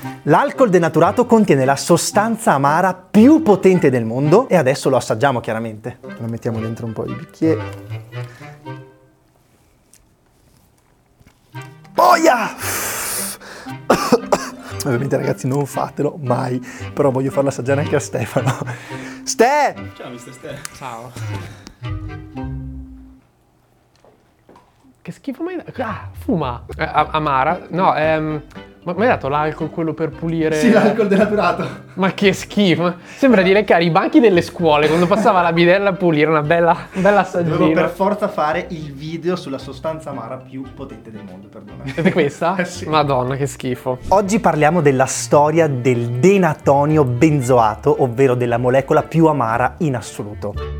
L'alcol denaturato contiene la sostanza amara più potente del mondo e adesso lo assaggiamo chiaramente. Lo mettiamo dentro un po' di bicchiere. Boia! Ovviamente ragazzi non fatelo mai, però voglio farlo assaggiare anche a Stefano. Ste! Ciao mister Ste. Ciao. Che schifo mi hai dato? Ah, fuma. Amara? No, ma mi hai dato l'alcol quello per pulire? Sì, l'alcol denaturato. Ma che schifo. Sembra di leccare i banchi delle scuole quando passava la bidella a pulire, una bella assaggina. Dovevo per forza fare il video sulla sostanza amara più potente del mondo, perdona. Ed è questa? Sì. Madonna, che schifo. Oggi parliamo della storia del denatonio benzoato, ovvero della molecola più amara in assoluto.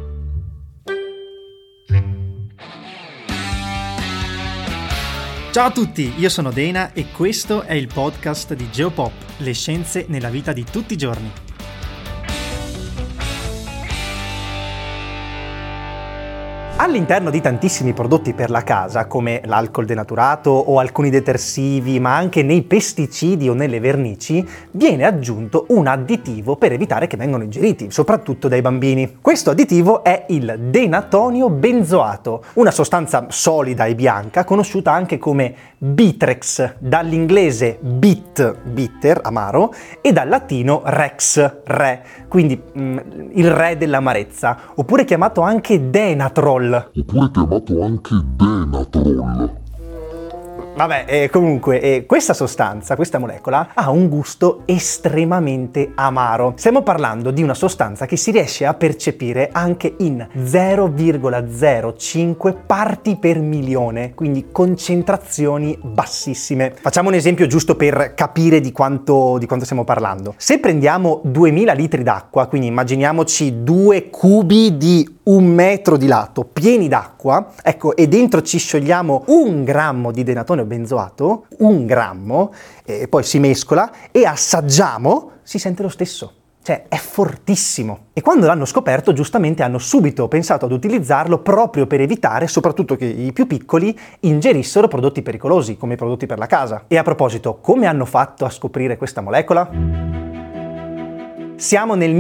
Ciao a tutti, io sono Dena e questo è il podcast di Geopop, le scienze nella vita di tutti i giorni. All'interno di tantissimi prodotti per la casa, come l'alcol denaturato o alcuni detersivi, ma anche nei pesticidi o nelle vernici, viene aggiunto un additivo per evitare che vengano ingeriti, soprattutto dai bambini. Questo additivo è il denatonio benzoato, una sostanza solida e bianca conosciuta anche come Bitrex, dall'inglese bit, bitter, amaro, e dal latino rex, re, quindi il re dell'amarezza, oppure chiamato anche Denatrol. Vabbè, comunque, questa sostanza, questa molecola, ha un gusto estremamente amaro. Stiamo parlando di una sostanza che si riesce a percepire anche in 0,05 parti per milione, quindi concentrazioni bassissime. Facciamo un esempio giusto per capire di quanto stiamo parlando. Se prendiamo 2000 litri d'acqua, quindi immaginiamoci 2 cubi di 1 metro di lato pieni d'acqua, ecco, e dentro ci sciogliamo 1 grammo di denatonio benzoato, 1 grammo, e poi si mescola e assaggiamo, si sente lo stesso. Cioè, è fortissimo. E quando l'hanno scoperto, giustamente hanno subito pensato ad utilizzarlo proprio per evitare, soprattutto che i più piccoli ingerissero prodotti pericolosi, come i prodotti per la casa. E a proposito, come hanno fatto a scoprire questa molecola? Siamo nel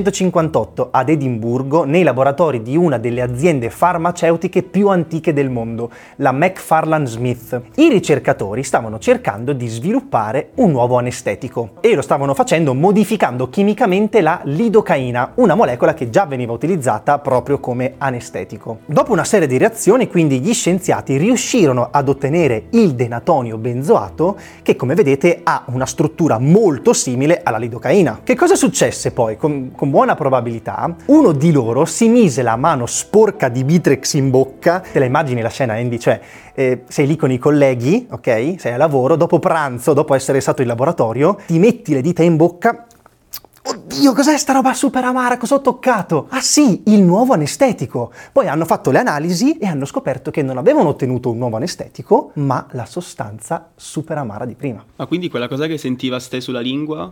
1958 ad Edimburgo, nei laboratori di una delle aziende farmaceutiche più antiche del mondo, la Macfarlane Smith. I ricercatori stavano cercando di sviluppare un nuovo anestetico e lo stavano facendo modificando chimicamente la lidocaina, una molecola che già veniva utilizzata proprio come anestetico. Dopo una serie di reazioni, quindi, gli scienziati riuscirono ad ottenere il denatonio benzoato, che come vedete ha una struttura molto simile alla lidocaina. Che cosa successe poi? Con buona probabilità uno di loro si mise la mano sporca di Bitrex in bocca. Te la immagini la scena, Andy? Cioè, sei lì con i colleghi, ok? Sei a lavoro, dopo pranzo, dopo essere stato in laboratorio, ti metti le dita in bocca. Oddio, cos'è sta roba super amara? Cosa ho toccato? Ah sì, il nuovo anestetico. Poi hanno fatto le analisi e hanno scoperto che non avevano ottenuto un nuovo anestetico, ma la sostanza super amara di prima. Ma quindi quella cosa che sentiva Ste sulla lingua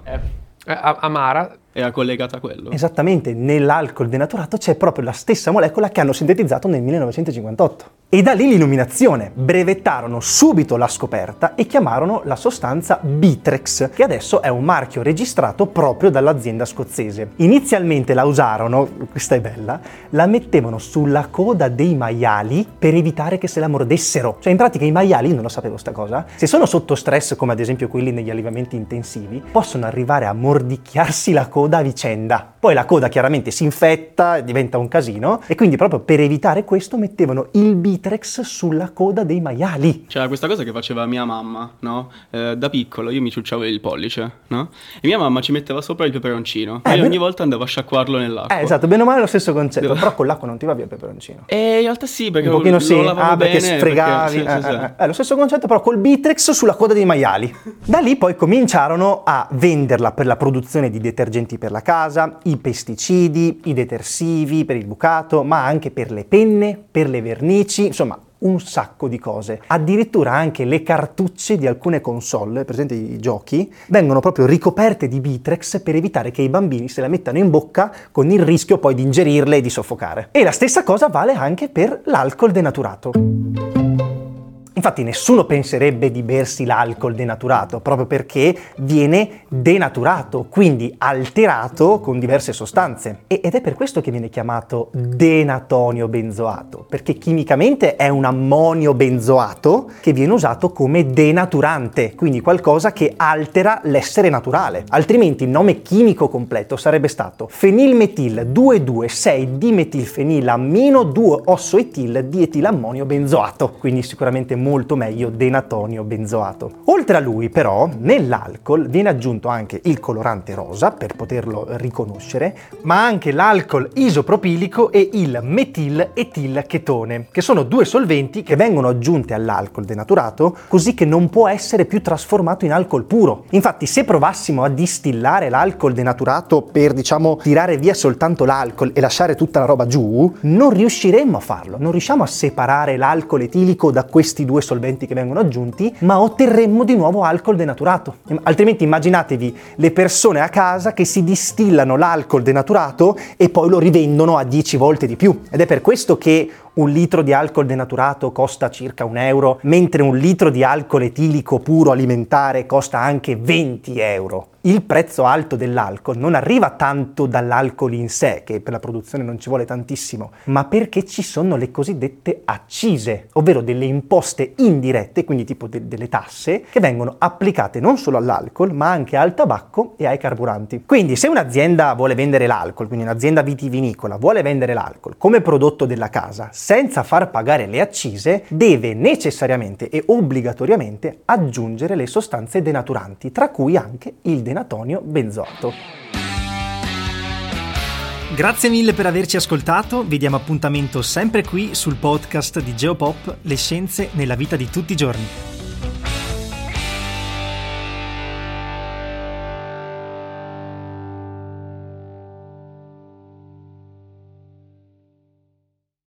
Amara? era collegata a quello? Esattamente, nell'alcol denaturato c'è proprio la stessa molecola che hanno sintetizzato nel 1958. E da lì l'illuminazione. Brevettarono subito la scoperta e chiamarono la sostanza Bitrex, che adesso è un marchio registrato proprio dall'azienda scozzese. Inizialmente la usarono, questa è bella, la mettevano sulla coda dei maiali per evitare che se la mordessero. Cioè in pratica i maiali, non lo sapevo sta cosa, se sono sotto stress, come ad esempio quelli negli allevamenti intensivi, possono arrivare a mordicchiarsi la coda a vicenda. Poi la coda chiaramente si infetta, diventa un casino, e quindi proprio per evitare questo mettevano il Bitrex sulla coda dei maiali. C'era questa cosa che faceva mia mamma, no? Da piccolo io mi ciucciavo il pollice, no? E mia mamma ci metteva sopra il peperoncino. E ogni volta andavo a sciacquarlo nell'acqua. Esatto, bene o male lo stesso concetto, però con l'acqua non ti va via il peperoncino. E in realtà sì, perché Un pochino sì, lo lavavo perché bene, sfregavi. sì. Lo stesso concetto però col Bitrex sulla coda dei maiali. Da lì poi cominciarono a venderla per la produzione di detergenti per la casa, i pesticidi, i detersivi per il bucato, ma anche per le penne, per le vernici, insomma un sacco di cose. Addirittura anche le cartucce di alcune console, presente i giochi, vengono proprio ricoperte di Bitrex per evitare che i bambini se la mettano in bocca con il rischio poi di ingerirle e di soffocare. E la stessa cosa vale anche per l'alcol denaturato. Infatti nessuno penserebbe di bersi l'alcol denaturato, proprio perché viene denaturato, quindi alterato con diverse sostanze. Ed è per questo che viene chiamato denatonio benzoato, perché chimicamente è un ammonio benzoato che viene usato come denaturante, quindi qualcosa che altera l'essere naturale. Altrimenti il nome chimico completo sarebbe stato fenilmetil 2,2,6-dimetilfenilammino 2-ossoetil-dietilammonio benzoato, quindi sicuramente molto meglio denatonio benzoato. Oltre a lui però nell'alcol viene aggiunto anche il colorante rosa per poterlo riconoscere, ma anche l'alcol isopropilico e il metil-etilchetone, che sono due solventi che vengono aggiunti all'alcol denaturato così che non può essere più trasformato in alcol puro. Infatti se provassimo a distillare l'alcol denaturato per tirare via soltanto l'alcol e lasciare tutta la roba giù, non riusciremmo a farlo, non riusciamo a separare l'alcol etilico da questi due solventi che vengono aggiunti, ma otterremmo di nuovo alcol denaturato. Altrimenti immaginatevi le persone a casa che si distillano l'alcol denaturato e poi lo rivendono a 10 volte di più. Ed è per questo che un litro di alcol denaturato costa circa €1, mentre un litro di alcol etilico puro alimentare costa anche €20. Il prezzo alto dell'alcol non arriva tanto dall'alcol in sé, che per la produzione non ci vuole tantissimo, ma perché ci sono le cosiddette accise, ovvero delle imposte indirette, quindi tipo delle tasse, che vengono applicate non solo all'alcol, ma anche al tabacco e ai carburanti. Quindi se un'azienda vuole vendere l'alcol, quindi un'azienda vitivinicola vuole vendere l'alcol come prodotto della casa, senza far pagare le accise, deve necessariamente e obbligatoriamente aggiungere le sostanze denaturanti, tra cui anche il denatonio benzoato. Grazie mille per averci ascoltato, vi diamo appuntamento sempre qui sul podcast di Geopop, le scienze nella vita di tutti i giorni.